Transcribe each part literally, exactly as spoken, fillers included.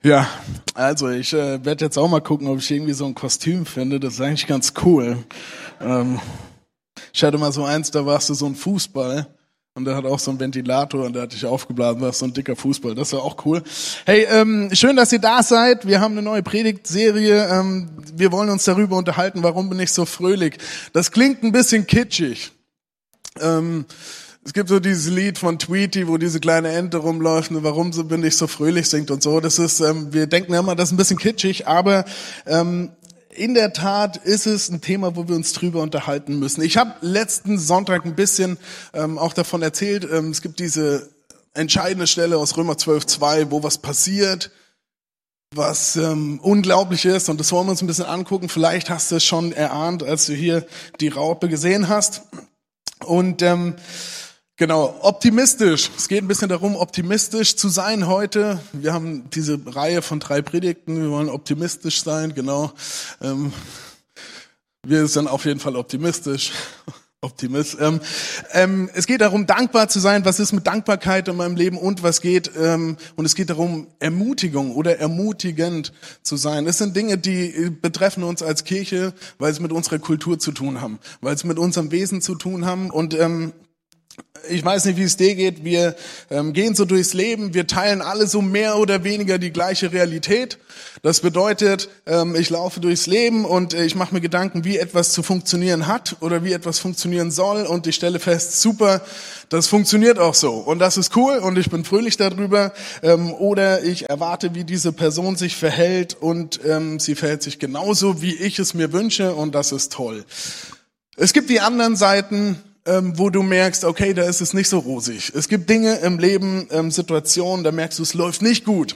Ja, also ich äh, werde jetzt auch mal gucken, ob ich irgendwie so ein Kostüm finde. Das ist eigentlich ganz cool. Ähm, ich hatte mal so eins, da warst du so ein Fußball und der hat auch so einen Ventilator und der hat dich aufgeblasen, warst so ein dicker Fußball. Das war auch cool. Hey, ähm, schön, dass ihr da seid. Wir haben eine neue Predigtserie. Ähm, wir wollen uns darüber unterhalten, warum bin ich so fröhlich. Das klingt ein bisschen kitschig. Ähm, Es gibt so dieses Lied von Tweety, wo diese kleine Ente rumläuft und warum so bin ich so fröhlich singt und so. Das ist, ähm, wir denken immer, das ist ein bisschen kitschig, aber ähm, in der Tat ist es ein Thema, wo wir uns drüber unterhalten müssen. Ich habe letzten Sonntag ein bisschen ähm, auch davon erzählt. Ähm, es gibt diese entscheidende Stelle aus Römer zwölf zwei, wo was passiert, was ähm, unglaublich ist, und das wollen wir uns ein bisschen angucken. Vielleicht hast du es schon erahnt, als du hier die Raupe gesehen hast. Und ähm, Genau, optimistisch. Es geht ein bisschen darum, optimistisch zu sein heute. Wir haben diese Reihe von drei Predigten. Wir wollen optimistisch sein, genau. Ähm, wir sind auf jeden Fall optimistisch. Optimist. Ähm, ähm, es geht darum, dankbar zu sein. Was ist mit Dankbarkeit in meinem Leben und was geht? Ähm, und es geht darum, Ermutigung oder ermutigend zu sein. Das sind Dinge, die betreffen uns als Kirche, weil sie mit unserer Kultur zu tun haben, weil sie mit unserem Wesen zu tun haben. Und ähm, ich weiß nicht, wie es dir geht. Wir ähm, gehen so durchs Leben. Wir teilen alle so mehr oder weniger die gleiche Realität. Das bedeutet, ähm, ich laufe durchs Leben und äh, ich mache mir Gedanken, wie etwas zu funktionieren hat oder wie etwas funktionieren soll. Und ich stelle fest, super, das funktioniert auch so. Und das ist cool und ich bin fröhlich darüber. Ähm, oder ich erwarte, wie diese Person sich verhält und ähm, sie verhält sich genauso, wie ich es mir wünsche. Und das ist toll. Es gibt die anderen Seiten, Ähm, wo du merkst, okay, da ist es nicht so rosig. Es gibt Dinge im Leben, ähm, Situationen, da merkst du, es läuft nicht gut.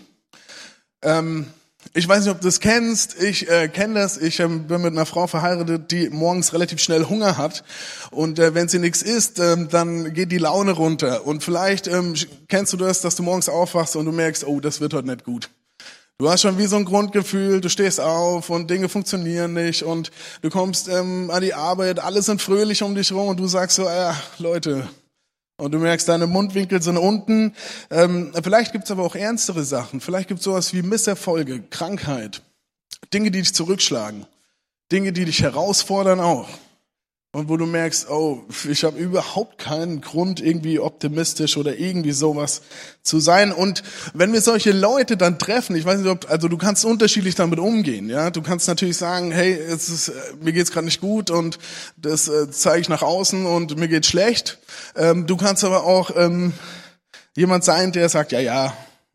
Ähm, ich weiß nicht, ob du das kennst. Ich äh, kenne das. Ich ähm, bin mit einer Frau verheiratet, die morgens relativ schnell Hunger hat. Und äh, wenn sie nichts isst, ähm, dann geht die Laune runter. Und vielleicht ähm, kennst du das, dass du morgens aufwachst und du merkst, oh, das wird heute nicht gut. Du hast schon wie so ein Grundgefühl, du stehst auf und Dinge funktionieren nicht und du kommst ähm, an die Arbeit, alle sind fröhlich um dich rum und du sagst so, äh, Leute, und du merkst, deine Mundwinkel sind unten. Ähm, vielleicht gibt's aber auch ernstere Sachen, vielleicht gibt's sowas wie Misserfolge, Krankheit, Dinge, die dich zurückschlagen, Dinge, die dich herausfordern auch. Und wo du merkst, oh, ich habe überhaupt keinen Grund, irgendwie optimistisch oder irgendwie sowas zu sein. Und wenn wir solche Leute dann treffen, ich weiß nicht, ob, also du kannst unterschiedlich damit umgehen, ja. Du kannst natürlich sagen, hey, es ist, mir geht's gerade nicht gut und das äh, zeige ich nach außen und mir geht's schlecht. Ähm, du kannst aber auch ähm, jemand sein, der sagt, ja, ja,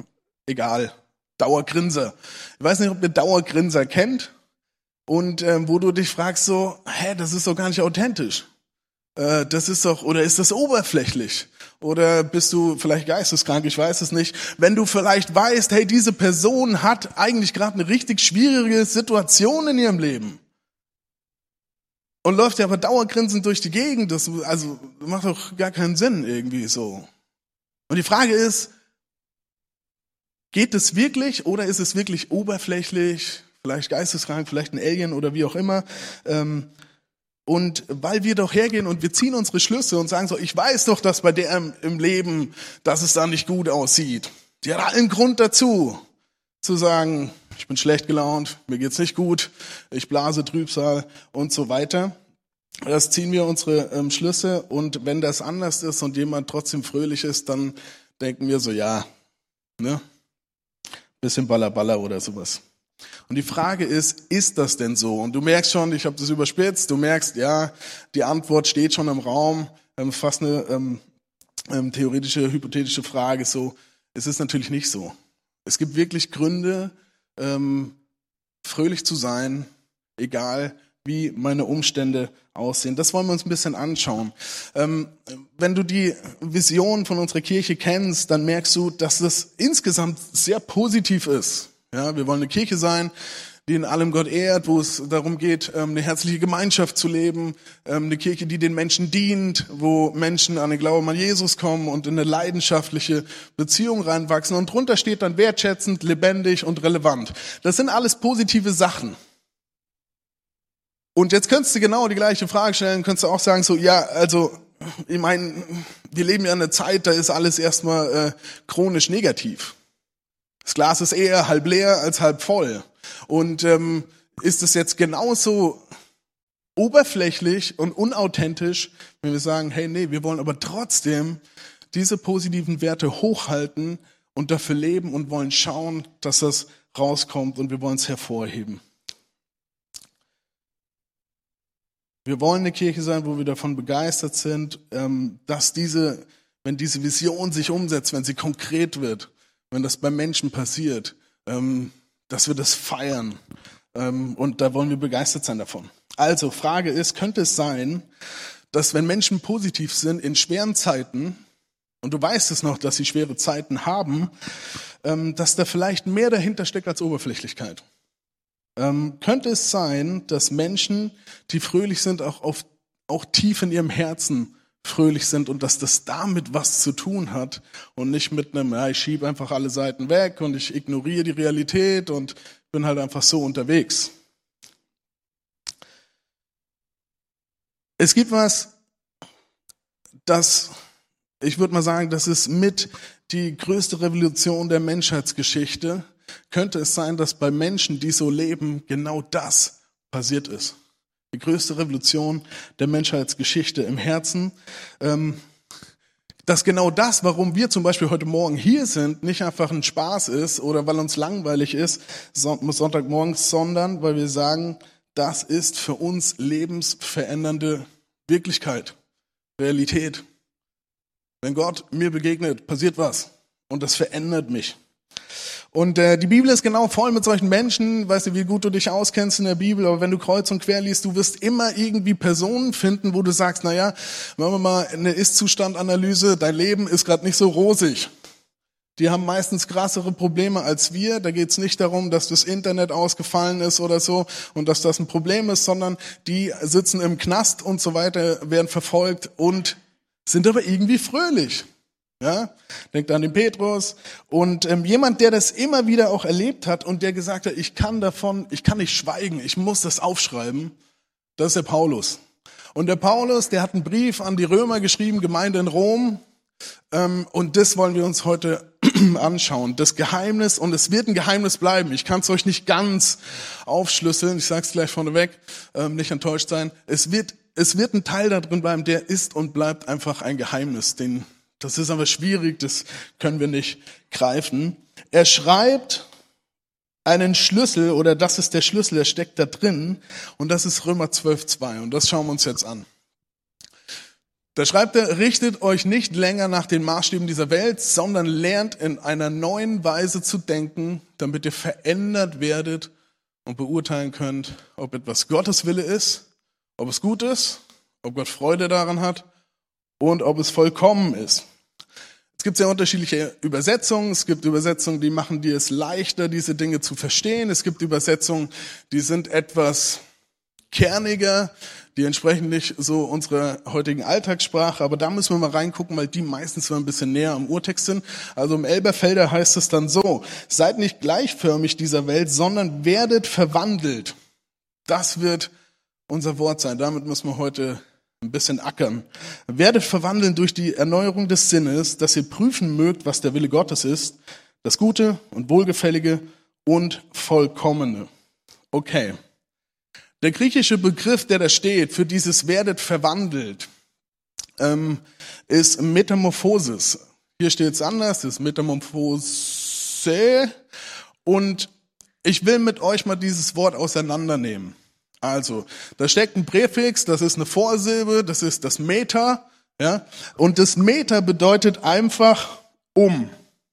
egal, Dauergrinser. Ich weiß nicht, ob ihr Dauergrinser kennt. Und ähm, wo du dich fragst so, hä, das ist doch gar nicht authentisch. Äh, das ist doch, oder ist das oberflächlich? Oder bist du vielleicht geisteskrank, ich weiß es nicht. Wenn du vielleicht weißt, hey, diese Person hat eigentlich gerade eine richtig schwierige Situation in ihrem Leben. Und läuft ja aber dauergrinsend durch die Gegend, das also macht doch gar keinen Sinn irgendwie so. Und die Frage ist, geht es wirklich oder ist es wirklich oberflächlich? Vielleicht geisteskrank, vielleicht ein Alien oder wie auch immer. Und weil wir doch hergehen und wir ziehen unsere Schlüsse und sagen so, ich weiß doch, dass bei der im Leben, dass es da nicht gut aussieht. Die hat allen Grund dazu, zu sagen, ich bin schlecht gelaunt, mir geht's nicht gut, ich blase Trübsal und so weiter. Das ziehen wir unsere ähm, Schlüsse, und wenn das anders ist und jemand trotzdem fröhlich ist, dann denken wir so, ja, ne, bisschen Ballerballer oder sowas. Und die Frage ist, ist das denn so? Und du merkst schon, ich habe das überspitzt, du merkst, ja, die Antwort steht schon im Raum, ähm, fast eine ähm, ähm, theoretische, hypothetische Frage. So, es ist natürlich nicht so. Es gibt wirklich Gründe, ähm, fröhlich zu sein, egal wie meine Umstände aussehen. Das wollen wir uns ein bisschen anschauen. Ähm, wenn du die Vision von unserer Kirche kennst, dann merkst du, dass das insgesamt sehr positiv ist. Ja, wir wollen eine Kirche sein, die in allem Gott ehrt, wo es darum geht, eine herzliche Gemeinschaft zu leben, eine Kirche, die den Menschen dient, wo Menschen an den Glauben an Jesus kommen und in eine leidenschaftliche Beziehung reinwachsen. Und drunter steht dann wertschätzend, lebendig und relevant. Das sind alles positive Sachen. Und jetzt könntest du genau die gleiche Frage stellen, könntest du auch sagen, so, ja, also, ich meine, wir leben ja in einer Zeit, da ist alles erstmal äh, chronisch negativ. Das Glas ist eher halb leer als halb voll. Und ähm, ist es jetzt genauso oberflächlich und unauthentisch, wenn wir sagen, hey, nee, wir wollen aber trotzdem diese positiven Werte hochhalten und dafür leben und wollen schauen, dass das rauskommt und wir wollen es hervorheben. Wir wollen eine Kirche sein, wo wir davon begeistert sind, dass diese, wenn diese Vision sich umsetzt, wenn sie konkret wird, wenn das bei Menschen passiert, dass wir das feiern. Und da wollen wir begeistert sein davon. Also, Frage ist, könnte es sein, dass wenn Menschen positiv sind in schweren Zeiten, und du weißt es noch, dass sie schwere Zeiten haben, dass da vielleicht mehr dahinter steckt als Oberflächlichkeit? Ähm, könnte es sein, dass Menschen, die fröhlich sind, auch, auf, auch tief in ihrem Herzen fröhlich sind und dass das damit was zu tun hat und nicht mit einem, ja, ich schiebe einfach alle Seiten weg und ich ignoriere die Realität und bin halt einfach so unterwegs. Es gibt was, das, ich würde mal sagen, das ist mit die größte Revolution der Menschheitsgeschichte. Könnte es sein, dass bei Menschen, die so leben, genau das passiert ist? Die größte Revolution der Menschheitsgeschichte im Herzen. Ähm, dass genau das, warum wir zum Beispiel heute Morgen hier sind, nicht einfach ein Spaß ist oder weil uns langweilig ist, Sonntagmorgens, sondern weil wir sagen, das ist für uns lebensverändernde Wirklichkeit, Realität. Wenn Gott mir begegnet, passiert was und das verändert mich. Und äh, die Bibel ist genau voll mit solchen Menschen, weißt du, wie gut du dich auskennst in der Bibel, aber wenn du kreuz und quer liest, du wirst immer irgendwie Personen finden, wo du sagst, na ja, machen wir mal eine Ist-Zustand-Analyse, dein Leben ist gerade nicht so rosig. Die haben meistens krassere Probleme als wir. Da geht es nicht darum, dass das Internet ausgefallen ist oder so und dass das ein Problem ist, sondern die sitzen im Knast und so weiter, werden verfolgt und sind aber irgendwie fröhlich. Ja, denkt an den Petrus und ähm, jemand, der das immer wieder auch erlebt hat und der gesagt hat, ich kann davon, ich kann nicht schweigen, ich muss das aufschreiben, das ist der Paulus. Und der Paulus, der hat einen Brief an die Römer geschrieben, Gemeinde in Rom, ähm, und das wollen wir uns heute anschauen. Das Geheimnis, und es wird ein Geheimnis bleiben, ich kann es euch nicht ganz aufschlüsseln, ich sage es gleich vorneweg, ähm, nicht enttäuscht sein, es wird, es wird ein Teil da drin bleiben, der ist und bleibt einfach ein Geheimnis, den Das ist aber schwierig, das können wir nicht greifen. Er schreibt einen Schlüssel, oder das ist der Schlüssel, der steckt da drin, und das ist Römer zwölf zwei, und das schauen wir uns jetzt an. Da schreibt er, richtet euch nicht länger nach den Maßstäben dieser Welt, sondern lernt in einer neuen Weise zu denken, damit ihr verändert werdet und beurteilen könnt, ob etwas Gottes Wille ist, ob es gut ist, ob Gott Freude daran hat und ob es vollkommen ist. Es gibt sehr unterschiedliche Übersetzungen. Es gibt Übersetzungen, die machen dir es leichter, diese Dinge zu verstehen. Es gibt Übersetzungen, die sind etwas kerniger, die entsprechen nicht so unserer heutigen Alltagssprache. Aber da müssen wir mal reingucken, weil die meistens so ein bisschen näher am Urtext sind. Also im Elberfelder heißt es dann so: Seid nicht gleichförmig dieser Welt, sondern werdet verwandelt. Das wird unser Wort sein. Damit müssen wir heute ein bisschen ackern. Werdet verwandeln durch die Erneuerung des Sinnes, dass ihr prüfen mögt, was der Wille Gottes ist, das Gute und Wohlgefällige und Vollkommene. Okay. Der griechische Begriff, der da steht, für dieses werdet verwandelt, ähm, ist Metamorphosis. Hier steht es anders, das ist Metamorphose. Und ich will mit euch mal dieses Wort auseinandernehmen. Also, da steckt ein Präfix, das ist eine Vorsilbe, das ist das Meta, ja, und das Meta bedeutet einfach um.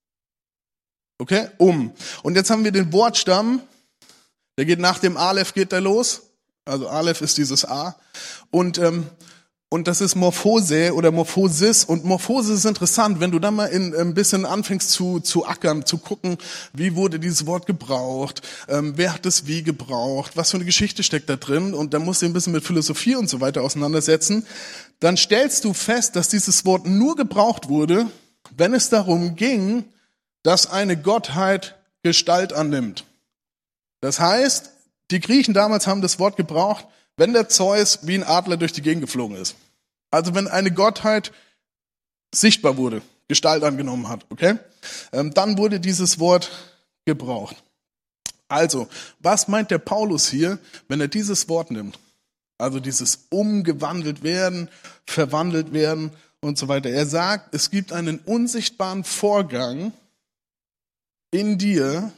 Okay, um. Und jetzt haben wir den Wortstamm, der geht nach dem Aleph, geht der los, also Aleph ist dieses A, und ähm, und das ist Morphose oder Morphosis. Und Morphose ist interessant, wenn du da mal in, ein bisschen anfängst zu, zu ackern, zu gucken, wie wurde dieses Wort gebraucht, ähm, wer hat es wie gebraucht, was für eine Geschichte steckt da drin, und dann musst du ein bisschen mit Philosophie und so weiter auseinandersetzen, dann stellst du fest, dass dieses Wort nur gebraucht wurde, wenn es darum ging, dass eine Gottheit Gestalt annimmt. Das heißt, die Griechen damals haben das Wort gebraucht, wenn der Zeus wie ein Adler durch die Gegend geflogen ist. Also wenn eine Gottheit sichtbar wurde, Gestalt angenommen hat, okay? Ähm, dann wurde dieses Wort gebraucht. Also, was meint der Paulus hier, wenn er dieses Wort nimmt? Also dieses umgewandelt werden, verwandelt werden und so weiter. Er sagt, es gibt einen unsichtbaren Vorgang in dir,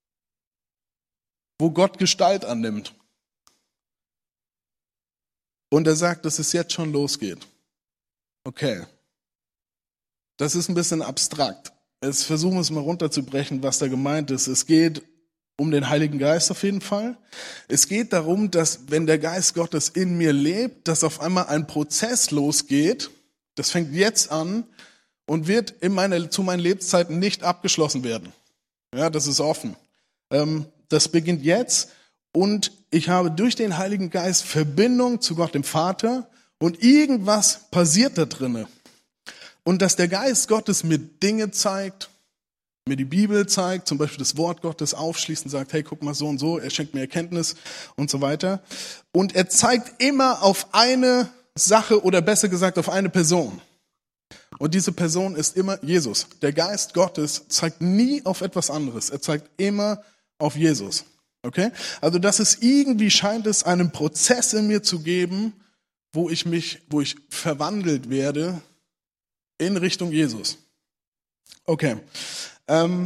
wo Gott Gestalt annimmt. Und er sagt, dass es jetzt schon losgeht. Okay. Das ist ein bisschen abstrakt. Jetzt versuchen wir es mal runterzubrechen, was da gemeint ist. Es geht um den Heiligen Geist auf jeden Fall. Es geht darum, dass wenn der Geist Gottes in mir lebt, dass auf einmal ein Prozess losgeht. Das fängt jetzt an und wird in meiner, zu meinen Lebzeiten nicht abgeschlossen werden. Ja, das ist offen. Ähm, das beginnt jetzt und ich habe durch den Heiligen Geist Verbindung zu Gott dem Vater und irgendwas passiert da drinne. Und dass der Geist Gottes mir Dinge zeigt, mir die Bibel zeigt, zum Beispiel das Wort Gottes aufschließt und sagt, hey, guck mal so und so, er schenkt mir Erkenntnis und so weiter. Und er zeigt immer auf eine Sache oder besser gesagt auf eine Person. Und diese Person ist immer Jesus. Der Geist Gottes zeigt nie auf etwas anderes. Er zeigt immer auf Jesus. Okay? Also das ist irgendwie, scheint es einen Prozess in mir zu geben, wo ich mich, wo ich verwandelt werde in Richtung Jesus. Okay. Ähm,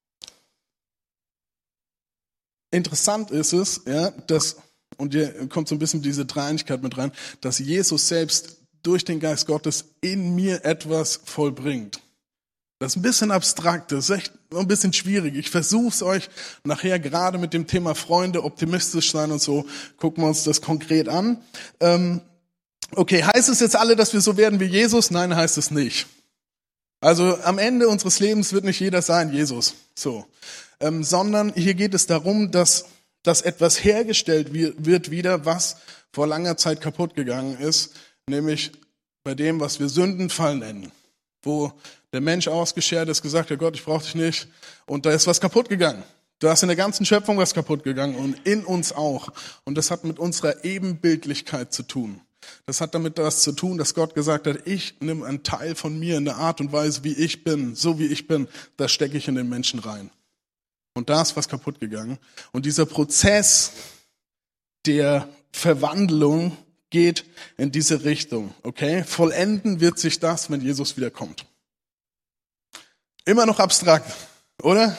interessant ist es, ja, dass, und hier kommt so ein bisschen diese Dreieinigkeit mit rein, dass Jesus selbst durch den Geist Gottes in mir etwas vollbringt. Das ist ein bisschen abstrakt, das ist echt ein bisschen schwierig. Ich versuche es euch nachher gerade mit dem Thema Freunde, optimistisch sein und so, gucken wir uns das konkret an. Ähm, okay, heißt es jetzt alle, dass wir so werden wie Jesus? Nein, heißt es nicht. Also am Ende unseres Lebens wird nicht jeder sein, Jesus, so, ähm, sondern hier geht es darum, dass, dass etwas hergestellt wird wieder, was vor langer Zeit kaputt gegangen ist, nämlich bei dem, was wir Sündenfall nennen, wo der Mensch ausgeschert ist, gesagt hat, Gott, ich brauche dich nicht, und da ist was kaputt gegangen. Da ist in der ganzen Schöpfung was kaputt gegangen und in uns auch, und das hat mit unserer Ebenbildlichkeit zu tun. Das hat damit das zu tun, dass Gott gesagt hat, ich nehme einen Teil von mir in der Art und Weise, wie ich bin, so wie ich bin, das stecke ich in den Menschen rein. Und da ist was kaputt gegangen. Und dieser Prozess der Verwandlung geht in diese Richtung. Okay? Vollenden wird sich das, wenn Jesus wiederkommt. Immer noch abstrakt, oder?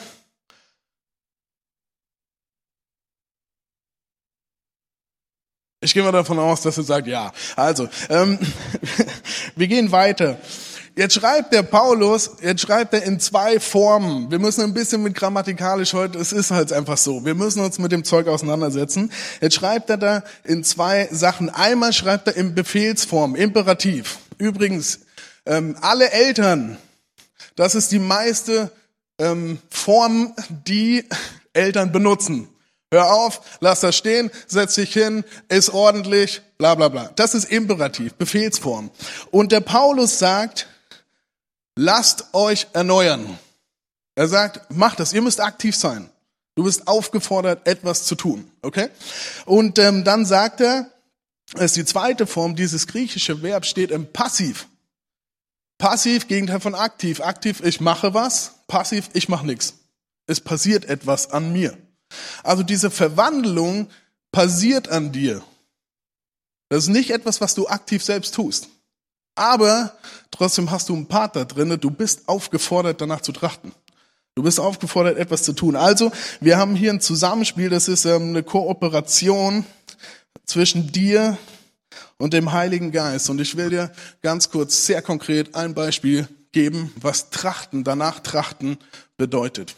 Ich gehe mal davon aus, dass ihr sagt, ja. Also, ähm, wir gehen weiter. Jetzt schreibt der Paulus, jetzt schreibt er in zwei Formen. Wir müssen ein bisschen mit grammatikalisch heute, es ist halt einfach so. Wir müssen uns mit dem Zeug auseinandersetzen. Jetzt schreibt er da in zwei Sachen. Einmal schreibt er in Befehlsform, Imperativ. Übrigens, ähm, alle Eltern, das ist die meiste ähm, Form, die Eltern benutzen. Hör auf, lass das stehen, setz dich hin, ist ordentlich, bla bla bla. Das ist Imperativ, Befehlsform. Und der Paulus sagt, lasst euch erneuern. Er sagt, macht das, ihr müsst aktiv sein. Du bist aufgefordert, etwas zu tun. Okay? Und ähm, dann sagt er, das ist die zweite Form, dieses griechische Verb steht im Passiv. Passiv, Gegenteil von aktiv. Aktiv, ich mache was. Passiv, ich mache nichts. Es passiert etwas an mir. Also diese Verwandlung passiert an dir. Das ist nicht etwas, was du aktiv selbst tust. Aber trotzdem hast du einen Part da drin, du bist aufgefordert, danach zu trachten. Du bist aufgefordert, etwas zu tun. Also, wir haben hier ein Zusammenspiel, das ist ähm, eine Kooperation zwischen dir und dem Heiligen Geist. Und ich will dir ganz kurz, sehr konkret ein Beispiel geben, was Trachten, danach Trachten bedeutet.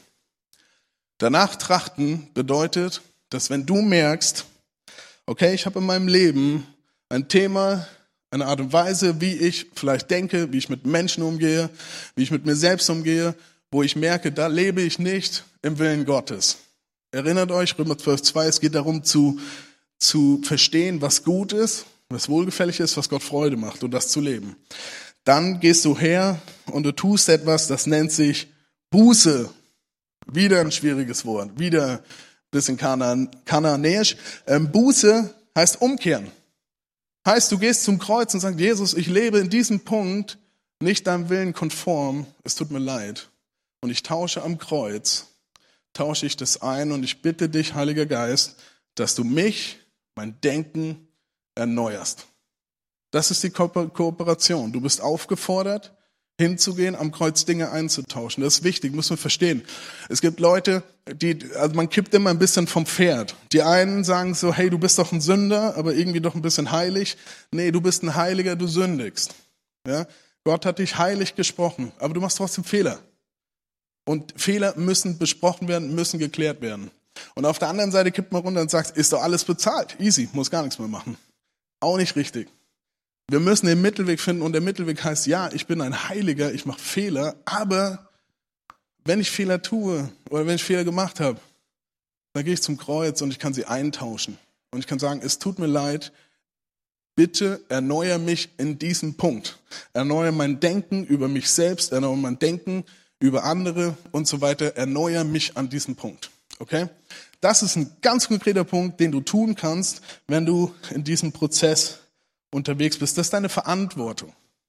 Danach trachten bedeutet, dass wenn du merkst, okay, ich habe in meinem Leben ein Thema, eine Art und Weise, wie ich vielleicht denke, wie ich mit Menschen umgehe, wie ich mit mir selbst umgehe, wo ich merke, da lebe ich nicht im Willen Gottes. Erinnert euch, Römer zwölf zwei, es geht darum zu, zu verstehen, was gut ist, was wohlgefällig ist, was Gott Freude macht und das zu leben. Dann gehst du her und du tust etwas, das nennt sich Buße. Wieder ein schwieriges Wort, wieder ein bisschen Kana- kananäisch. Ähm, Buße heißt umkehren. Heißt, du gehst zum Kreuz und sagst, Jesus, ich lebe in diesem Punkt nicht deinem Willen konform, es tut mir leid. Und ich tausche am Kreuz tausche ich das ein und ich bitte dich, Heiliger Geist, dass du mich, mein Denken erneuerst. Das ist die Ko- Kooperation. Du bist aufgefordert, hinzugehen, am Kreuz Dinge einzutauschen. Das ist wichtig, muss man verstehen. Es gibt Leute, die, also man kippt immer ein bisschen vom Pferd. Die einen sagen so, hey, du bist doch ein Sünder, aber irgendwie doch ein bisschen heilig. Nee, du bist ein Heiliger, du sündigst. Ja? Gott hat dich heilig gesprochen, aber du machst trotzdem Fehler. Und Fehler müssen besprochen werden, müssen geklärt werden. Und auf der anderen Seite kippt man runter und sagt, ist doch alles bezahlt. Easy, muss gar nichts mehr machen. Auch nicht richtig. Wir müssen den Mittelweg finden und der Mittelweg heißt, ja, ich bin ein Heiliger, ich mache Fehler, aber wenn ich Fehler tue oder wenn ich Fehler gemacht habe, dann gehe ich zum Kreuz und ich kann sie eintauschen. Und ich kann sagen, es tut mir leid, bitte erneuere mich in diesem Punkt. Erneuere mein Denken über mich selbst, erneuere mein Denken über andere und so weiter. Erneuere mich an diesem Punkt. Okay? Das ist ein ganz konkreter Punkt, den du tun kannst, wenn du in diesem Prozess unterwegs bist. Das ist deine Verantwortung.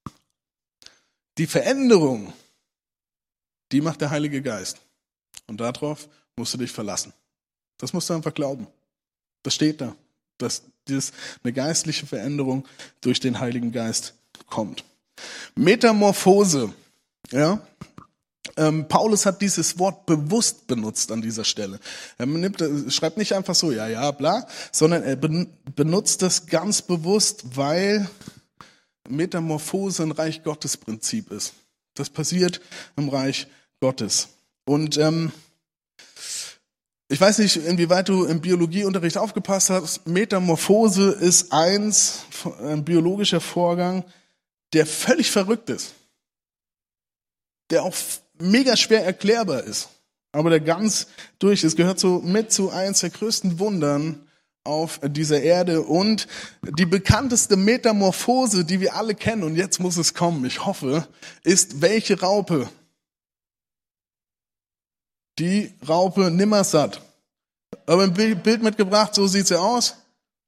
Die Veränderung, die macht der Heilige Geist. Und darauf musst du dich verlassen. Das musst du einfach glauben. Das steht da. Dass dieses, eine geistliche Veränderung durch den Heiligen Geist kommt. Metamorphose. Ja? Ähm, Paulus hat dieses Wort bewusst benutzt an dieser Stelle. Er nimmt, schreibt nicht einfach so, ja, ja, bla, sondern er benutzt das ganz bewusst, weil Metamorphose ein Reich Gottes Prinzip ist. Das passiert im Reich Gottes. Und ähm, ich weiß nicht, inwieweit du im Biologieunterricht aufgepasst hast. Metamorphose ist eins, ein biologischer Vorgang, der völlig verrückt ist. Der auch mega schwer erklärbar ist, aber der ganz durch ist, gehört so mit zu eins der größten Wundern auf dieser Erde und die bekannteste Metamorphose, die wir alle kennen, und jetzt muss es kommen, ich hoffe, ist welche Raupe? Die Raupe Nimmersatt. Aber ein Bild mitgebracht, so sieht sie aus.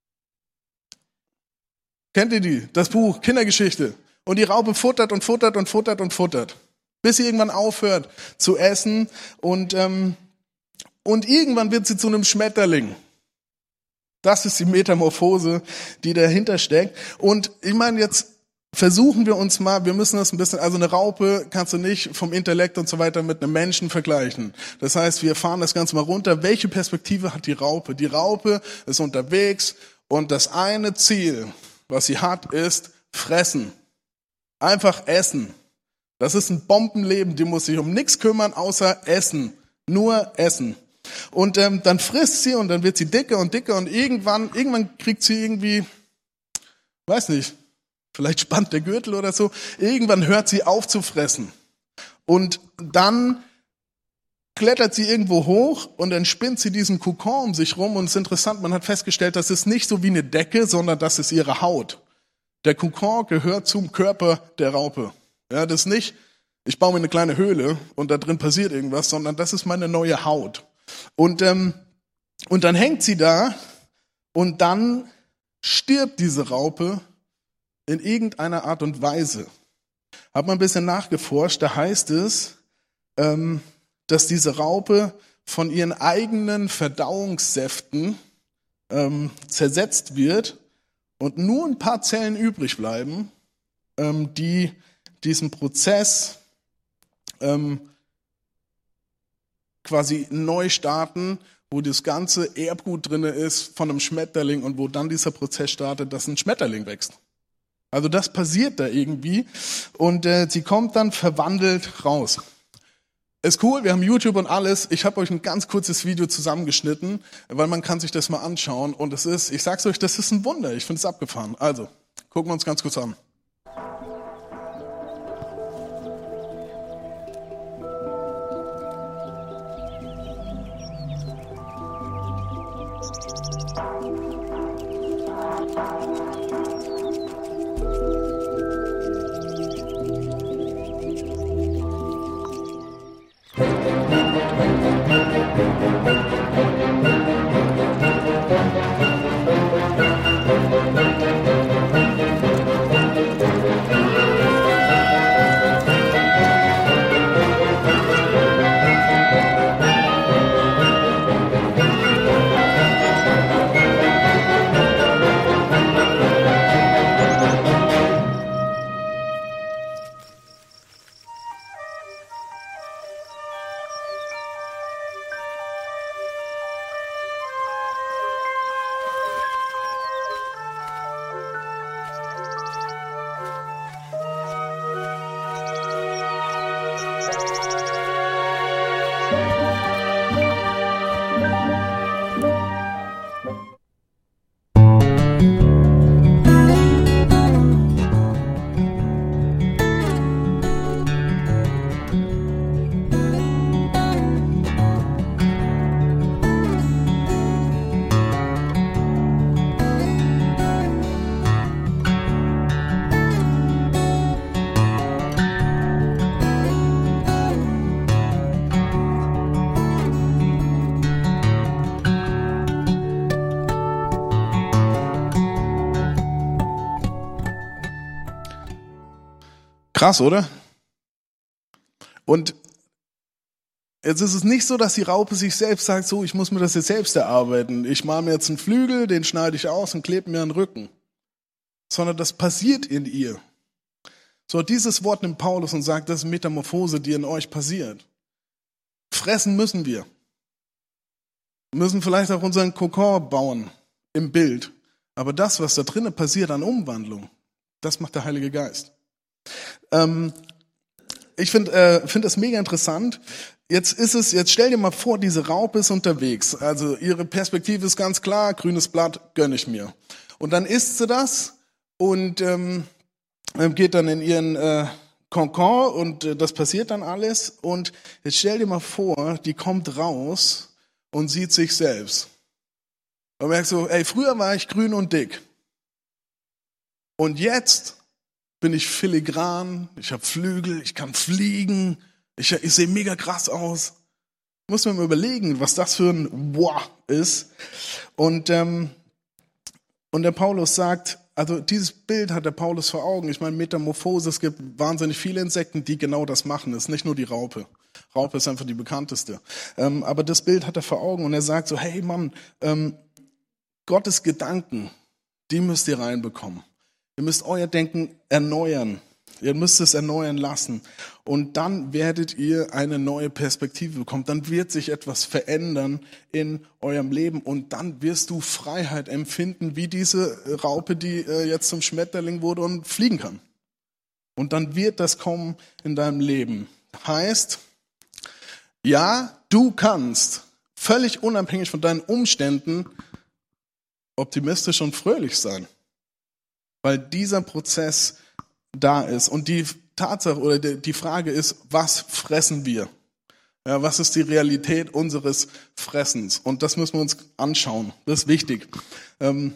Kennt ihr die? Das Buch, Kindergeschichte. Und die Raupe futtert und futtert und futtert und futtert. Bis sie irgendwann aufhört zu essen und, ähm, und irgendwann wird sie zu einem Schmetterling. Das ist die Metamorphose, die dahinter steckt. Und ich meine, jetzt versuchen wir uns mal, wir müssen das ein bisschen, also eine Raupe kannst du nicht vom Intellekt und so weiter mit einem Menschen vergleichen. Das heißt, wir fahren das Ganze mal runter. Welche Perspektive hat die Raupe? Die Raupe ist unterwegs und das eine Ziel, was sie hat, ist fressen. Einfach essen. Das ist ein Bombenleben, die muss sich um nichts kümmern, außer essen. Nur essen. Und ähm, dann frisst sie und dann wird sie dicker und dicker und irgendwann, irgendwann kriegt sie irgendwie, weiß nicht, vielleicht spannt der Gürtel oder so, irgendwann hört sie auf zu fressen. Und dann klettert sie irgendwo hoch und dann spinnt sie diesen Kokon um sich rum und es ist interessant, man hat festgestellt, das ist nicht so wie eine Decke, sondern das ist ihre Haut. Der Kokon gehört zum Körper der Raupe. Ja, das ist nicht, ich baue mir eine kleine Höhle und da drin passiert irgendwas, sondern das ist meine neue Haut. Und, ähm, und dann hängt sie da und dann stirbt diese Raupe in irgendeiner Art und Weise. Hat man ein bisschen nachgeforscht, da heißt es, ähm, dass diese Raupe von ihren eigenen Verdauungssäften ähm, zersetzt wird und nur ein paar Zellen übrig bleiben, ähm, die diesen Prozess ähm, quasi neu starten, wo das ganze Erbgut drin ist von einem Schmetterling und wo dann dieser Prozess startet, dass ein Schmetterling wächst. Also das passiert da irgendwie und äh, sie kommt dann verwandelt raus. Ist cool, wir haben YouTube und alles. Ich habe euch ein ganz kurzes Video zusammengeschnitten, weil man kann sich das mal anschauen und es ist, ich sag's euch, das ist ein Wunder. Ich finde es abgefahren. Also, gucken wir uns ganz kurz an. Krass, oder? Und jetzt ist es nicht so, dass die Raupe sich selbst sagt, so, ich muss mir das jetzt selbst erarbeiten. Ich mache mir jetzt einen Flügel, den schneide ich aus und klebe mir an den Rücken. Sondern das passiert in ihr. So, dieses Wort nimmt Paulus und sagt, das ist Metamorphose, die in euch passiert. Fressen müssen wir. Wir müssen vielleicht auch unseren Kokon bauen im Bild. Aber das, was da drinnen passiert an Umwandlung, das macht der Heilige Geist. Ähm, ich finde äh, find das mega interessant. Jetzt ist es, jetzt stell dir mal vor, diese Raupe ist unterwegs. Also ihre Perspektive ist ganz klar, grünes Blatt gönne ich mir. Und dann isst sie das und ähm, geht dann in ihren äh, Kokon und äh, das passiert dann alles. Und jetzt stell dir mal vor, die kommt raus und sieht sich selbst. Und merkst so, ey, früher war ich grün und dick. Und jetzt bin ich filigran, ich habe Flügel, ich kann fliegen, ich, ich sehe mega krass aus. Muss man mal überlegen, was das für ein Wow ist. Und, ähm, und der Paulus sagt, also dieses Bild hat der Paulus vor Augen. Ich meine, Metamorphose, es gibt wahnsinnig viele Insekten, die genau das machen. Es ist nicht nur die Raupe. Raupe ist einfach die bekannteste. Ähm, aber das Bild hat er vor Augen und er sagt so, hey Mann, ähm, Gottes Gedanken, die müsst ihr reinbekommen. Ihr müsst euer Denken erneuern. Ihr müsst es erneuern lassen. Und dann werdet ihr eine neue Perspektive bekommen. Dann wird sich etwas verändern in eurem Leben. Und dann wirst du Freiheit empfinden, wie diese Raupe, die jetzt zum Schmetterling wurde und fliegen kann. Und dann wird das kommen in deinem Leben. Heißt, ja, du kannst völlig unabhängig von deinen Umständen optimistisch und fröhlich sein. Weil dieser Prozess da ist. Und die Tatsache oder die Frage ist, was fressen wir? Ja, was ist die Realität unseres Fressens? Und das müssen wir uns anschauen. Das ist wichtig. Ähm,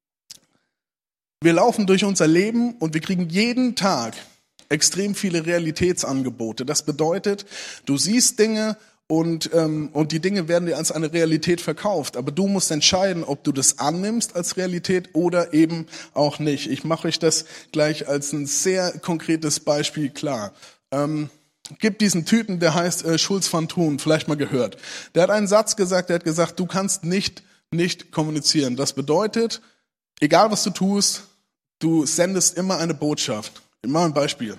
wir laufen durch unser Leben und wir kriegen jeden Tag extrem viele Realitätsangebote. Das bedeutet, du siehst Dinge und, ähm, und die Dinge werden dir als eine Realität verkauft. Aber du musst entscheiden, ob du das annimmst als Realität oder eben auch nicht. Ich mache euch das gleich als ein sehr konkretes Beispiel klar. Ähm, gibt diesen Typen, der heißt äh, Schulz von Thun, vielleicht mal gehört. Der hat einen Satz gesagt, der hat gesagt, du kannst nicht nicht kommunizieren. Das bedeutet, egal was du tust, du sendest immer eine Botschaft. Ich mache ein Beispiel.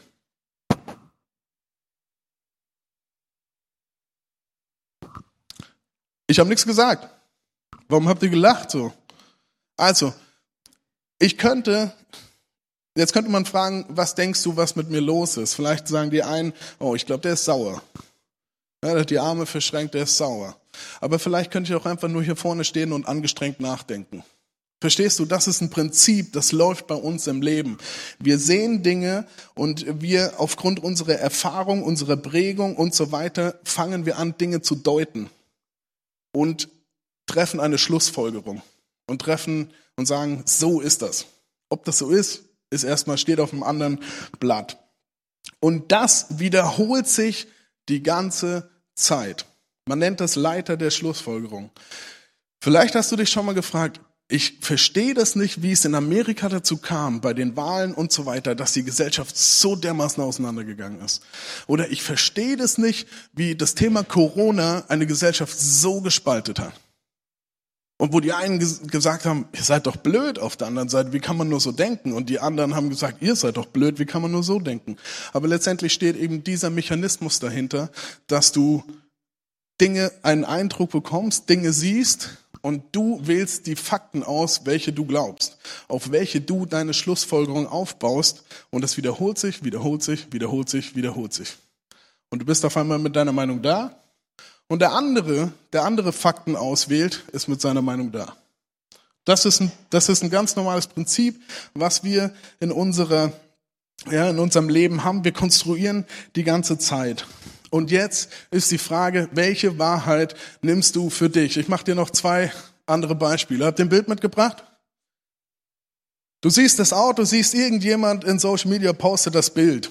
Ich habe nichts gesagt. Warum habt ihr gelacht so? Also, ich könnte, jetzt könnte man fragen, was denkst du, was mit mir los ist? Vielleicht sagen die einen, oh, ich glaube, der ist sauer. Ja, der hat die Arme verschränkt, der ist sauer. Aber vielleicht könnte ich auch einfach nur hier vorne stehen und angestrengt nachdenken. Verstehst du, das ist ein Prinzip, das läuft bei uns im Leben. Wir sehen Dinge und wir aufgrund unserer Erfahrung, unserer Prägung und so weiter, fangen wir an, Dinge zu deuten. Und treffen eine Schlussfolgerung und treffen und sagen, so ist das. Ob das so ist, ist erstmal steht auf einem anderen Blatt. Und das wiederholt sich die ganze Zeit. Man nennt das Leiter der Schlussfolgerung. Vielleicht hast du dich schon mal gefragt, ich verstehe das nicht, wie es in Amerika dazu kam, bei den Wahlen und so weiter, dass die Gesellschaft so dermaßen auseinandergegangen ist. Oder ich verstehe das nicht, wie das Thema Corona eine Gesellschaft so gespaltet hat. Und wo die einen ges- gesagt haben, ihr seid doch blöd, auf der anderen Seite, wie kann man nur so denken? Und die anderen haben gesagt, ihr seid doch blöd, wie kann man nur so denken? Aber letztendlich steht eben dieser Mechanismus dahinter, dass du Dinge, einen Eindruck bekommst, Dinge siehst und du wählst die Fakten aus, welche du glaubst, auf welche du deine Schlussfolgerung aufbaust und es wiederholt sich, wiederholt sich, wiederholt sich, wiederholt sich. Und du bist auf einmal mit deiner Meinung da. Und der andere, der andere Fakten auswählt, ist mit seiner Meinung da. Das ist ein, das ist ein ganz normales Prinzip, was wir in unserer, ja, in unserem Leben haben. Wir konstruieren die ganze Zeit. Und jetzt ist die Frage, welche Wahrheit nimmst du für dich? Ich mache dir noch zwei andere Beispiele. Habt ihr ein Bild mitgebracht? Du siehst das Auto, siehst irgendjemand in Social Media postet das Bild.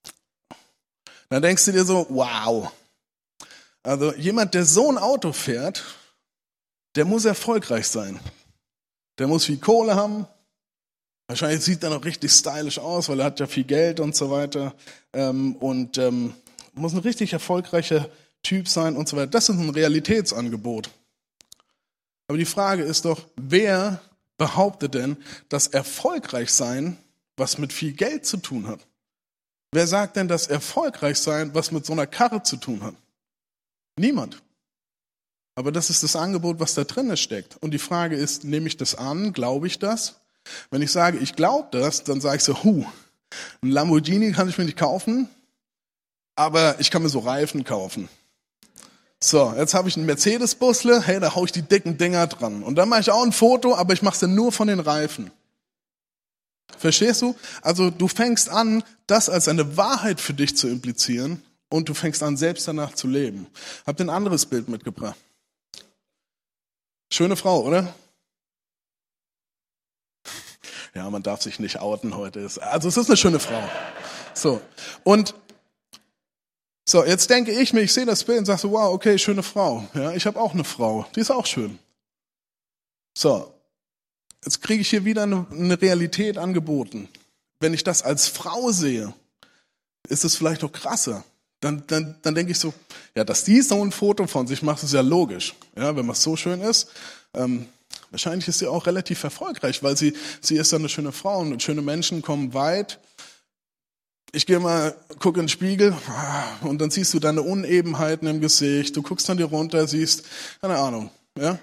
Dann denkst du dir so, wow. Also jemand, der so ein Auto fährt, der muss erfolgreich sein. Der muss viel Kohle haben, Wahrscheinlich sieht er noch richtig stylisch aus, weil er hat ja viel Geld und so weiter. Ähm, und ähm, muss ein richtig erfolgreicher Typ sein und so weiter. Das ist ein Realitätsangebot. Aber die Frage ist doch, wer behauptet denn, dass erfolgreich sein was mit viel Geld zu tun hat? Wer sagt denn, dass erfolgreich sein was mit so einer Karre zu tun hat? Niemand. Aber das ist das Angebot, was da drin steckt. Und die Frage ist, nehme ich das an? Glaube ich das? Wenn ich sage, ich glaube das, dann sage ich so, hu, ein Lamborghini kann ich mir nicht kaufen, aber ich kann mir so Reifen kaufen. So, jetzt habe ich einen Mercedes-Busle, hey, da hau ich die dicken Dinger dran. Und dann mache ich auch ein Foto, aber ich mache es dann nur von den Reifen. Verstehst du? Also du fängst an, das als eine Wahrheit für dich zu implizieren und du fängst an, selbst danach zu leben. Hab dir ein anderes Bild mitgebracht. Schöne Frau, oder? Ja, man darf sich nicht outen heute. Also es ist eine schöne Frau. So, und so, jetzt denke ich mir, ich sehe das Bild und sage so, wow, okay, schöne Frau. Ja, ich habe auch eine Frau, die ist auch schön. So, jetzt kriege ich hier wieder eine, eine Realität angeboten. Wenn ich das als Frau sehe, ist es vielleicht noch krasser. Dann, dann, dann denke ich so, ja, dass die so ein Foto von sich macht, ist ja logisch. Ja, wenn man so schön ist. Ähm, wahrscheinlich ist sie auch relativ erfolgreich, weil sie, sie ist ja eine schöne Frau und schöne Menschen kommen weit. Ich gehe mal, gucke in den Spiegel und dann siehst du deine Unebenheiten im Gesicht. Du guckst dann dir runter, siehst, keine Ahnung. Ja?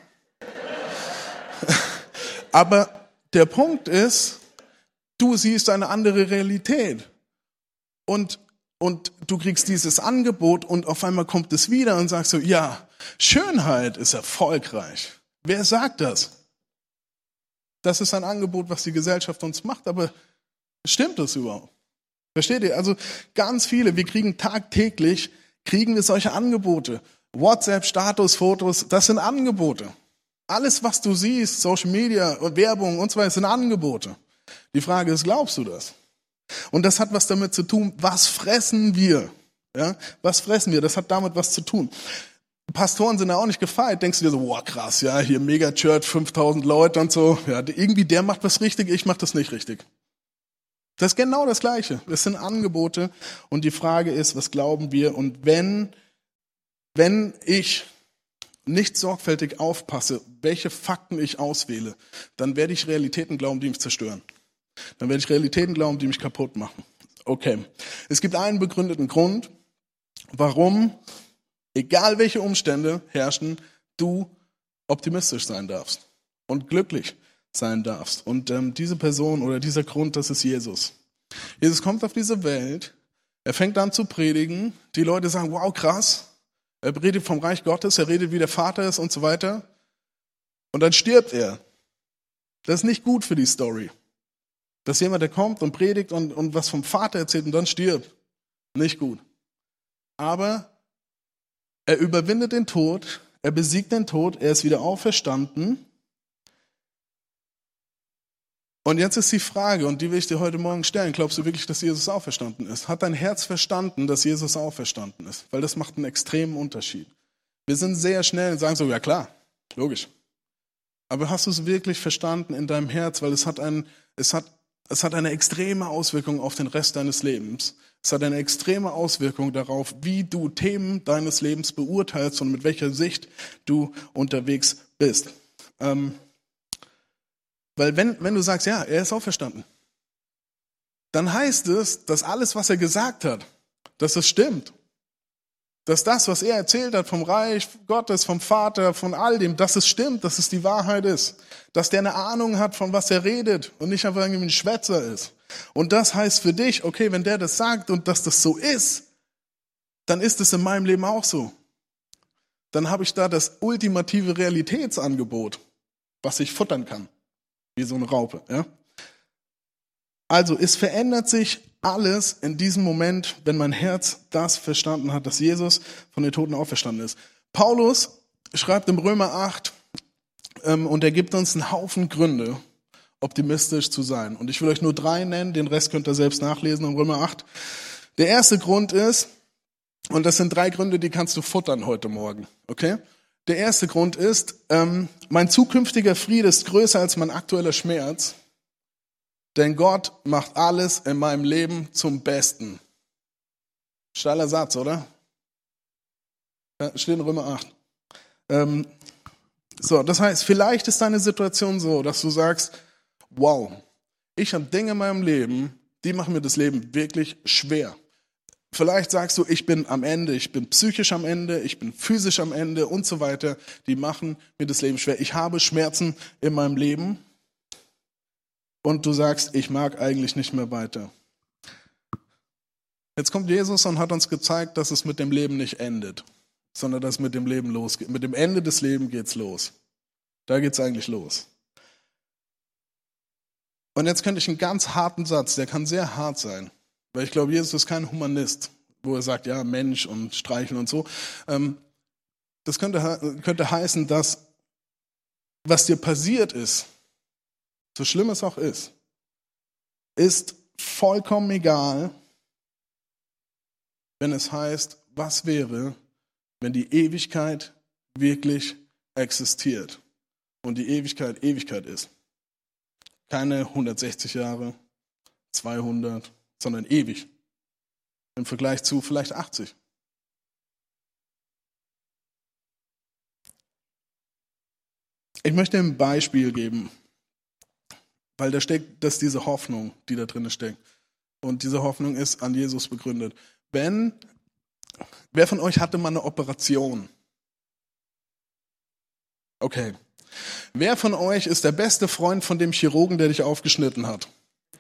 Aber der Punkt ist, du siehst eine andere Realität. Und, und du kriegst dieses Angebot und auf einmal kommt es wieder und sagst so, ja, Schönheit ist erfolgreich. Wer sagt das? Das ist ein Angebot, was die Gesellschaft uns macht, aber stimmt das überhaupt? Versteht ihr? Also ganz viele, wir kriegen tagtäglich, kriegen wir solche Angebote. WhatsApp, Statusfotos, das sind Angebote. Alles, was du siehst, Social Media und Werbung und so weiter, sind Angebote. Die Frage ist, glaubst du das? Und das hat was damit zu tun, was fressen wir? Ja? Was fressen wir? Das hat damit was zu tun. Pastoren sind ja auch nicht gefeit. Denkst du dir so, wow, krass, ja, hier Mega-Church, fünftausend Leute und so. Ja, irgendwie der macht was richtig, ich mach das nicht richtig. Das ist genau das Gleiche. Das sind Angebote und die Frage ist, was glauben wir? Und wenn, wenn ich nicht sorgfältig aufpasse, welche Fakten ich auswähle, dann werde ich Realitäten glauben, die mich zerstören. Dann werde ich Realitäten glauben, die mich kaputt machen. Okay. Es gibt einen begründeten Grund, warum, egal welche Umstände herrschen, du optimistisch sein darfst und glücklich sein darfst. Und ähm, diese Person oder dieser Grund, das ist Jesus. Jesus kommt auf diese Welt, er fängt an zu predigen, die Leute sagen, wow, krass, er redet vom Reich Gottes, er redet, wie der Vater ist und so weiter. Und dann stirbt er. Das ist nicht gut für die Story. Dass jemand, der kommt und predigt und, und was vom Vater erzählt und dann stirbt. Nicht gut. Aber er überwindet den Tod, er besiegt den Tod, er ist wieder auferstanden. Und jetzt ist die Frage, und die will ich dir heute Morgen stellen, glaubst du wirklich, dass Jesus auferstanden ist? Hat dein Herz verstanden, dass Jesus auferstanden ist? Weil das macht einen extremen Unterschied. Wir sind sehr schnell und sagen so, ja klar, logisch. Aber hast du es wirklich verstanden in deinem Herz? Weil es hat, ein, es hat, es hat eine extreme Auswirkung auf den Rest deines Lebens. Es hat eine extreme Auswirkung darauf, wie du Themen deines Lebens beurteilst und mit welcher Sicht du unterwegs bist. Ähm, Weil wenn, wenn du sagst, ja, er ist auferstanden, dann heißt es, dass alles, was er gesagt hat, dass es stimmt. Dass das, was er erzählt hat vom Reich Gottes, vom Vater, von all dem, dass es stimmt, dass es die Wahrheit ist. Dass der eine Ahnung hat, von was er redet und nicht einfach irgendwie ein Schwätzer ist. Und das heißt für dich, okay, wenn der das sagt und dass das so ist, dann ist es in meinem Leben auch so. Dann habe ich da das ultimative Realitätsangebot, was ich futtern kann. Wie so eine Raupe. Ja? Also es verändert sich alles in diesem Moment, wenn mein Herz das verstanden hat, dass Jesus von den Toten auferstanden ist. Paulus schreibt im Römer acht ähm, und er gibt uns einen Haufen Gründe, optimistisch zu sein. Und ich will euch nur drei nennen, den Rest könnt ihr selbst nachlesen in Römer acht. Der erste Grund ist, und das sind drei Gründe, die kannst du futtern heute Morgen, okay? Der erste Grund ist, ähm, mein zukünftiger Friede ist größer als mein aktueller Schmerz. Denn Gott macht alles in meinem Leben zum Besten. Steiler Satz, oder? Ja, steht in Römer acht. Ähm, so, das heißt, vielleicht ist deine Situation so, dass du sagst, wow, ich habe Dinge in meinem Leben, die machen mir das Leben wirklich schwer. Vielleicht sagst du, ich bin am Ende, ich bin psychisch am Ende, ich bin physisch am Ende und so weiter. Die machen mir das Leben schwer. Ich habe Schmerzen in meinem Leben und du sagst, ich mag eigentlich nicht mehr weiter. Jetzt kommt Jesus und hat uns gezeigt, dass es mit dem Leben nicht endet, sondern dass es mit dem Leben losgeht. Mit dem Ende des Lebens geht's los. Da geht's eigentlich los. Und jetzt könnte ich einen ganz harten Satz, der kann sehr hart sein, weil ich glaube, Jesus ist kein Humanist, wo er sagt, ja, Mensch und streicheln und so. Das könnte, könnte heißen, dass was dir passiert ist, so schlimm es auch ist, ist vollkommen egal, wenn es heißt, was wäre, wenn die Ewigkeit wirklich existiert und die Ewigkeit Ewigkeit ist. Keine hundertsechzig Jahre, zweihundert, sondern ewig. Im Vergleich zu vielleicht achtzig. Ich möchte ein Beispiel geben, weil da steckt, das ist diese Hoffnung, die da drin steckt. Und diese Hoffnung ist an Jesus begründet. Wenn, wer von euch hatte mal eine Operation? Okay. Wer von euch ist der beste Freund von dem Chirurgen, der dich aufgeschnitten hat?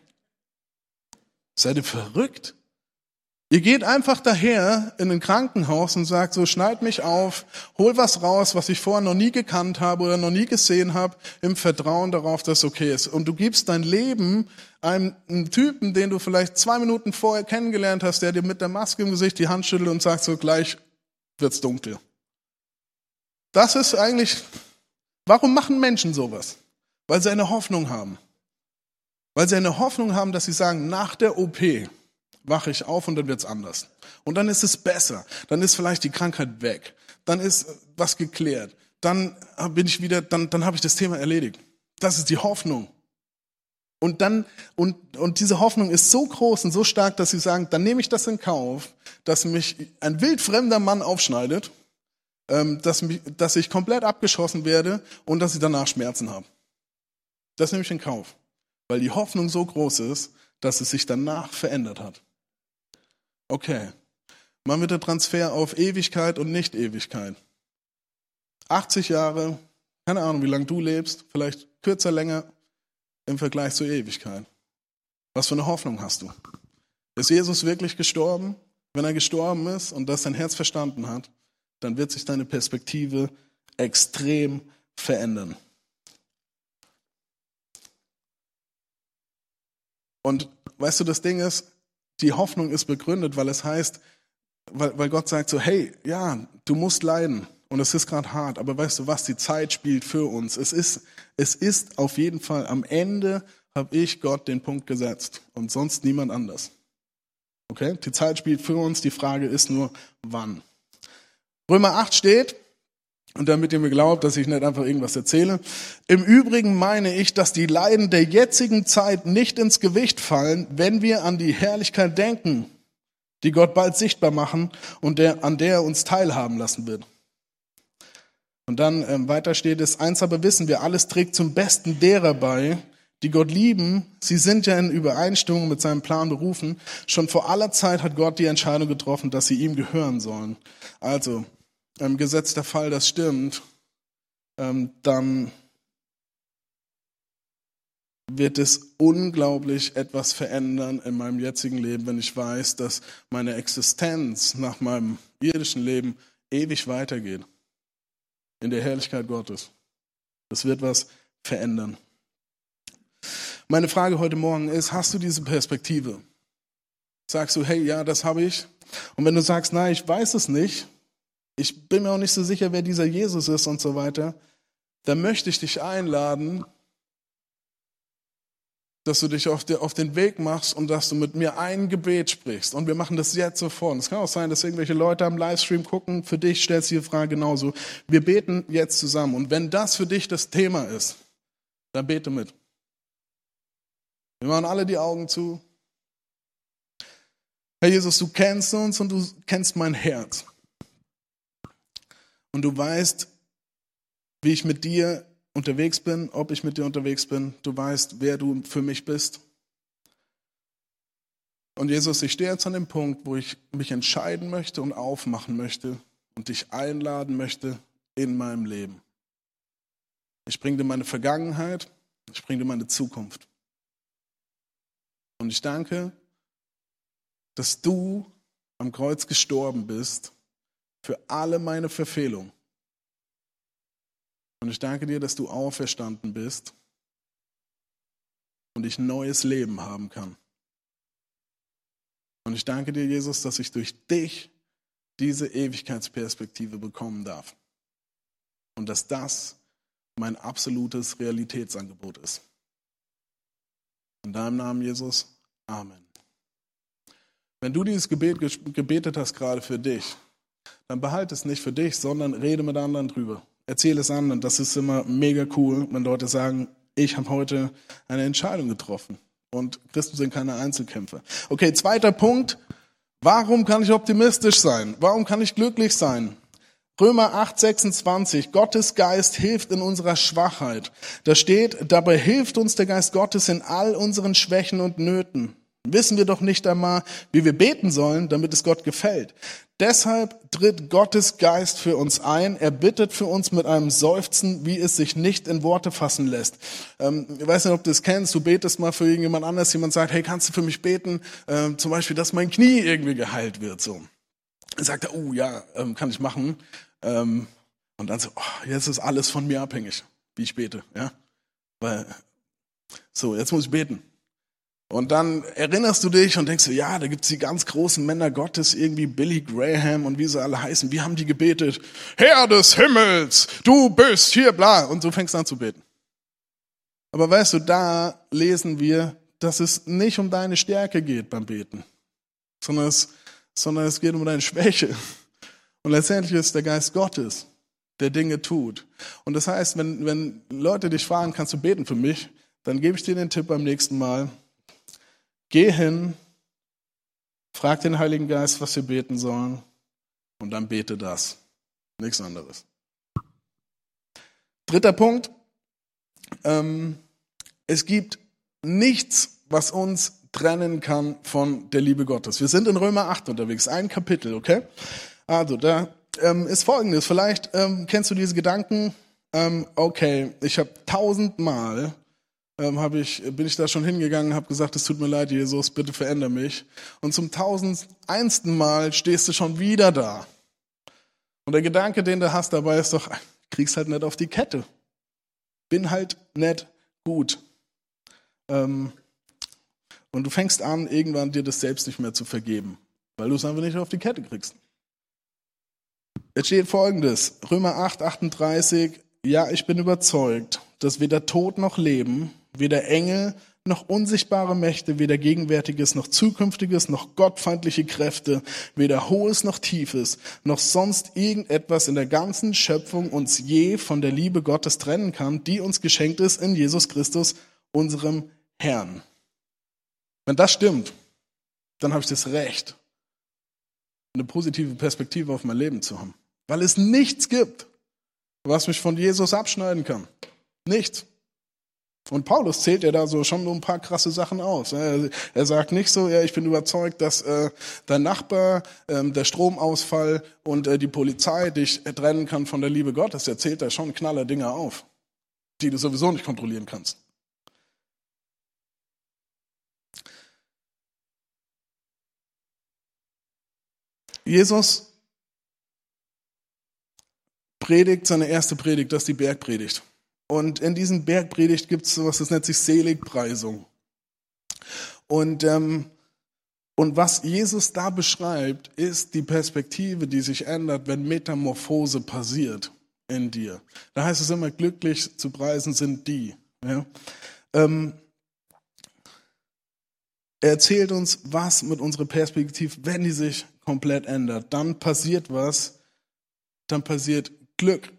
Seid ihr verrückt? Ihr geht einfach daher in ein Krankenhaus und sagt so, schneid mich auf, hol was raus, was ich vorher noch nie gekannt habe oder noch nie gesehen habe, im Vertrauen darauf, dass es okay ist. Und du gibst dein Leben einem, einem Typen, den du vielleicht zwei Minuten vorher kennengelernt hast, der dir mit der Maske im Gesicht die Hand schüttelt und sagt so, gleich wird's dunkel. Das ist eigentlich, warum machen Menschen sowas? Weil sie eine Hoffnung haben. Weil sie eine Hoffnung haben, dass sie sagen, nach der O P wache ich auf und dann wird's anders. Und dann ist es besser. Dann ist vielleicht die Krankheit weg. Dann ist was geklärt. Dann bin ich wieder, dann, dann habe ich das Thema erledigt. Das ist die Hoffnung. Und dann, und, und diese Hoffnung ist so groß und so stark, dass sie sagen, dann nehme ich das in Kauf, dass mich ein wildfremder Mann aufschneidet, ähm, dass, mich, dass ich komplett abgeschossen werde und dass ich danach Schmerzen habe. Das nehme ich in Kauf. Weil die Hoffnung so groß ist, dass es sich danach verändert hat. Okay, machen wir den Transfer auf Ewigkeit und Nicht-Ewigkeit. achtzig Jahre, keine Ahnung, wie lange du lebst, vielleicht kürzer, länger im Vergleich zur Ewigkeit. Was für eine Hoffnung hast du? Ist Jesus wirklich gestorben? Wenn er gestorben ist und das dein Herz verstanden hat, dann wird sich deine Perspektive extrem verändern. Und weißt du, das Ding ist, die Hoffnung ist begründet, weil es heißt, weil, weil Gott sagt so, hey, ja, du musst leiden und es ist gerade hart, aber weißt du was, die Zeit spielt für uns. Es ist, es ist auf jeden Fall, am Ende habe ich Gott den Punkt gesetzt und sonst niemand anders. Okay, die Zeit spielt für uns, die Frage ist nur, wann. Römer acht steht, und damit ihr mir glaubt, dass ich nicht einfach irgendwas erzähle. Im Übrigen meine ich, dass die Leiden der jetzigen Zeit nicht ins Gewicht fallen, wenn wir an die Herrlichkeit denken, die Gott bald sichtbar machen und der, an der er uns teilhaben lassen wird. Und dann ähm, weiter steht es, eins aber wissen wir, alles trägt zum Besten derer bei, die Gott lieben. Sie sind ja in Übereinstimmung mit seinem Plan berufen. Schon vor aller Zeit hat Gott die Entscheidung getroffen, dass sie ihm gehören sollen. Also, Ähm, gesetzt der Fall, das stimmt, ähm, dann wird es unglaublich etwas verändern in meinem jetzigen Leben, wenn ich weiß, dass meine Existenz nach meinem irdischen Leben ewig weitergeht. In der Herrlichkeit Gottes. Das wird was verändern. Meine Frage heute Morgen ist, hast du diese Perspektive? Sagst du, hey, ja, das habe ich. Und wenn du sagst, nein, ich weiß es nicht, ich bin mir auch nicht so sicher, wer dieser Jesus ist und so weiter, dann möchte ich dich einladen, dass du dich auf den Weg machst und dass du mit mir ein Gebet sprichst. Und wir machen das jetzt sofort. Es kann auch sein, dass irgendwelche Leute am Livestream gucken. Für dich stellst du die Frage genauso. Wir beten jetzt zusammen. Und wenn das für dich das Thema ist, dann bete mit. Wir machen alle die Augen zu. Herr Jesus, du kennst uns und du kennst mein Herz. Und du weißt, wie ich mit dir unterwegs bin, ob ich mit dir unterwegs bin. Du weißt, wer du für mich bist. Und Jesus, ich stehe jetzt an dem Punkt, wo ich mich entscheiden möchte und aufmachen möchte und dich einladen möchte in meinem Leben. Ich bringe dir meine Vergangenheit, ich bringe dir meine Zukunft. Und ich danke, dass du am Kreuz gestorben bist für alle meine Verfehlungen. Und ich danke dir, dass du auferstanden bist und ich neues Leben haben kann. Und ich danke dir, Jesus, dass ich durch dich diese Ewigkeitsperspektive bekommen darf. Und dass das mein absolutes Realitätsangebot ist. In deinem Namen, Jesus. Amen. Wenn du dieses Gebet gebetet hast, gerade für dich, dann behalte es nicht für dich, sondern rede mit anderen drüber. Erzähle es anderen. Das ist immer mega cool, wenn Leute sagen, ich habe heute eine Entscheidung getroffen. Und Christen sind keine Einzelkämpfer. Okay, zweiter Punkt. Warum kann ich optimistisch sein? Warum kann ich glücklich sein? Römer acht, sechsundzwanzig. Gottes Geist hilft in unserer Schwachheit. Da steht, dabei hilft uns der Geist Gottes in all unseren Schwächen und Nöten. Wissen wir doch nicht einmal, wie wir beten sollen, damit es Gott gefällt. Deshalb tritt Gottes Geist für uns ein. Er bittet für uns mit einem Seufzen, wie es sich nicht in Worte fassen lässt. Ähm, ich weiß nicht, ob du das kennst. Du betest mal für irgendjemand anders. Jemand sagt, hey, kannst du für mich beten? Ähm, zum Beispiel, dass mein Knie irgendwie geheilt wird. So. Dann sagt er, oh ja, ähm, kann ich machen. Ähm, und dann so, oh, jetzt ist alles von mir abhängig, wie ich bete. Ja, weil so, jetzt muss ich beten. Und dann erinnerst du dich und denkst du, ja, da gibt's die ganz großen Männer Gottes, irgendwie Billy Graham und wie sie alle heißen. Wie haben die gebetet? Herr des Himmels, du bist hier, bla. Und du fängst an zu beten. Aber weißt du, da lesen wir, dass es nicht um deine Stärke geht beim Beten, sondern es, sondern es geht um deine Schwäche. Und letztendlich ist der Geist Gottes, der Dinge tut. Und das heißt, wenn, wenn Leute dich fragen, kannst du beten für mich, dann gebe ich dir den Tipp beim nächsten Mal. Geh hin, frag den Heiligen Geist, was wir beten sollen, und dann bete das. Nichts anderes. Dritter Punkt. Ähm, es gibt nichts, was uns trennen kann von der Liebe Gottes. Wir sind in Römer acht unterwegs, ein Kapitel, okay? Also, da ähm, ist Folgendes. Vielleicht ähm, kennst du diese Gedanken. Ähm, okay, ich habe tausendmal Ähm, hab ich, bin ich da schon hingegangen, habe gesagt, es tut mir leid, Jesus, bitte veränder mich. Und zum tausendeinsten Mal stehst du schon wieder da. Und der Gedanke, den du hast dabei, ist doch, krieg's halt nicht auf die Kette. Bin halt nicht gut. Ähm, und du fängst an, irgendwann dir das selbst nicht mehr zu vergeben, weil du es einfach nicht auf die Kette kriegst. Jetzt steht Folgendes, Römer acht, achtunddreißig, ja, ich bin überzeugt, dass weder Tod noch Leben, weder Engel noch unsichtbare Mächte, weder Gegenwärtiges noch Zukünftiges, noch gottfeindliche Kräfte, weder Hohes noch Tiefes, noch sonst irgendetwas in der ganzen Schöpfung uns je von der Liebe Gottes trennen kann, die uns geschenkt ist in Jesus Christus, unserem Herrn. Wenn das stimmt, dann habe ich das Recht, eine positive Perspektive auf mein Leben zu haben. Weil es nichts gibt, was mich von Jesus abschneiden kann. Nichts. Und Paulus zählt ja da so schon so ein paar krasse Sachen aus. Er, er sagt nicht so, ja, ich bin überzeugt, dass äh, dein Nachbar, ähm, der Stromausfall und äh, die Polizei dich trennen kann von der Liebe Gottes. Er zählt da schon knaller Dinge auf, die du sowieso nicht kontrollieren kannst. Jesus predigt seine erste Predigt, das ist die Bergpredigt. Und in diesem Bergpredigt gibt es sowas, das nennt sich Seligpreisung. Und, ähm, und was Jesus da beschreibt, ist die Perspektive, die sich ändert, wenn Metamorphose passiert in dir. Da heißt es immer, glücklich zu preisen sind die. Ja? Ähm, er erzählt uns, was mit unserer Perspektive, wenn die sich komplett ändert, dann passiert was, dann passiert Glück.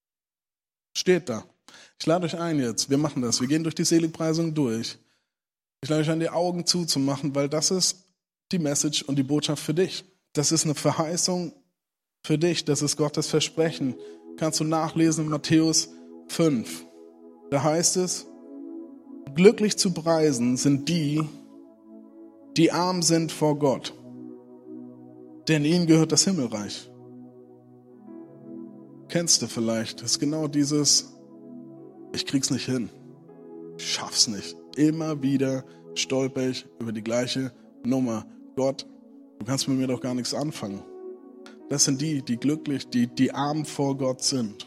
Steht da. Ich lade euch ein jetzt, wir machen das, wir gehen durch die Seligpreisung durch. Ich lade euch an, die Augen zuzumachen, weil das ist die Message und die Botschaft für dich. Das ist eine Verheißung für dich. Das ist Gottes Versprechen. Kannst du nachlesen in Matthäus fünf. Da heißt es, glücklich zu preisen sind die, die arm sind vor Gott. Denn ihnen gehört das Himmelreich. Kennst du vielleicht? Das ist genau dieses, ich krieg's nicht hin. Ich schaff's nicht. Immer wieder stolper ich über die gleiche Nummer. Gott, du kannst mit mir doch gar nichts anfangen. Das sind die, die glücklich, die, die arm vor Gott sind.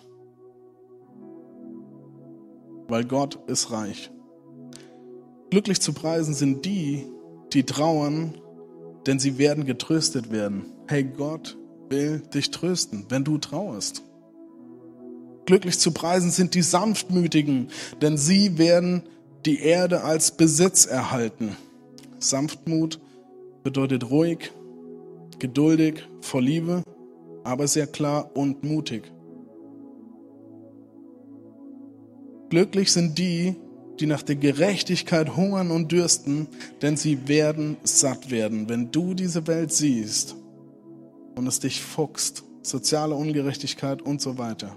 Weil Gott ist reich. Glücklich zu preisen sind die, die trauern, denn sie werden getröstet werden. Hey, Gott will dich trösten, wenn du trauerst. Glücklich zu preisen sind die Sanftmütigen, denn sie werden die Erde als Besitz erhalten. Sanftmut bedeutet ruhig, geduldig, voll Liebe, aber sehr klar und mutig. Glücklich sind die, die nach der Gerechtigkeit hungern und dürsten, denn sie werden satt werden. Wenn du diese Welt siehst und es dich fuchst, soziale Ungerechtigkeit und so weiter.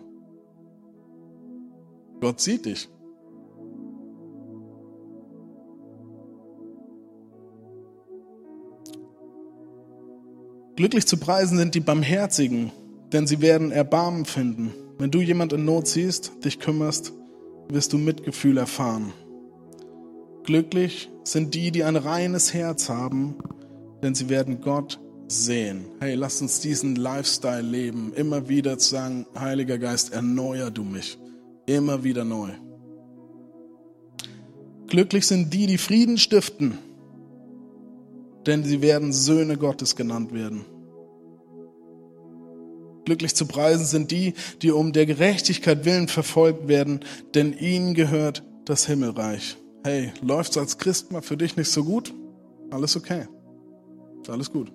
Gott sieht dich. Glücklich zu preisen sind die Barmherzigen, denn sie werden Erbarmen finden. Wenn du jemand in Not siehst, dich kümmerst, wirst du Mitgefühl erfahren. Glücklich sind die, die ein reines Herz haben, denn sie werden Gott sehen. Hey, lass uns diesen Lifestyle leben, immer wieder zu sagen, Heiliger Geist, erneuer du mich, immer wieder neu. Glücklich sind die, die Frieden stiften, denn sie werden Söhne Gottes genannt werden. Glücklich zu preisen sind die, die um der Gerechtigkeit willen verfolgt werden, denn ihnen gehört das Himmelreich. Hey, läuft's als Christ mal für dich nicht so gut? Alles okay. Ist alles gut.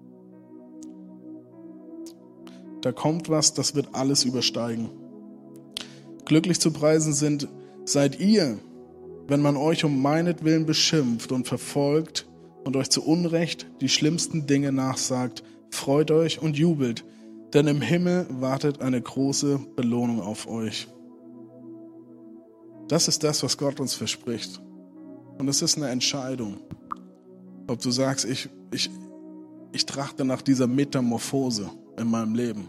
Da kommt was, das wird alles übersteigen. Glücklich zu preisen sind, seid ihr, wenn man euch um meinetwillen beschimpft und verfolgt und euch zu Unrecht die schlimmsten Dinge nachsagt, freut euch und jubelt, denn im Himmel wartet eine große Belohnung auf euch. Das ist das, was Gott uns verspricht. Und es ist eine Entscheidung, ob du sagst, ich, ich, ich trachte nach dieser Metamorphose in meinem Leben.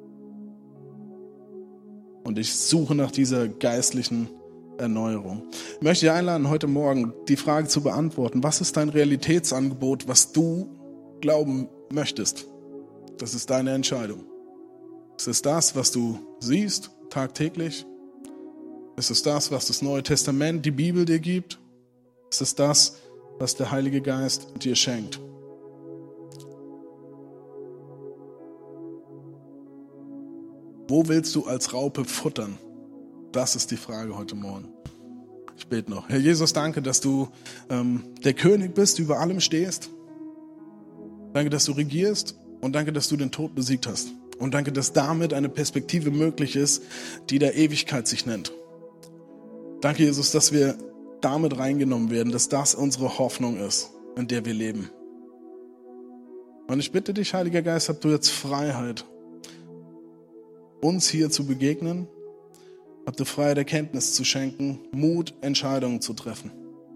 Und ich suche nach dieser geistlichen Erneuerung. Ich möchte dich einladen, heute Morgen die Frage zu beantworten, was ist dein Realitätsangebot, was du glauben möchtest? Das ist deine Entscheidung. Ist es das, was du siehst, tagtäglich? Ist es das, was das Neue Testament, die Bibel dir gibt? Ist es das, was der Heilige Geist dir schenkt? Wo willst du als Raupe futtern? Das ist die Frage heute Morgen. Ich bete noch. Herr Jesus, danke, dass du ähm, der König bist, über allem stehst. Danke, dass du regierst und danke, dass du den Tod besiegt hast. Und danke, dass damit eine Perspektive möglich ist, die der Ewigkeit sich nennt. Danke, Jesus, dass wir damit reingenommen werden, dass das unsere Hoffnung ist, in der wir leben. Und ich bitte dich, Heiliger Geist, habt du jetzt Freiheit, uns hier zu begegnen, habt du Freiheit, Erkenntnis zu schenken, Mut, Entscheidungen zu treffen.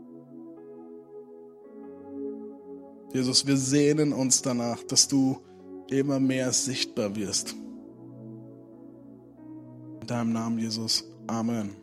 Jesus, wir sehnen uns danach, dass du immer mehr sichtbar wirst. In deinem Namen, Jesus. Amen.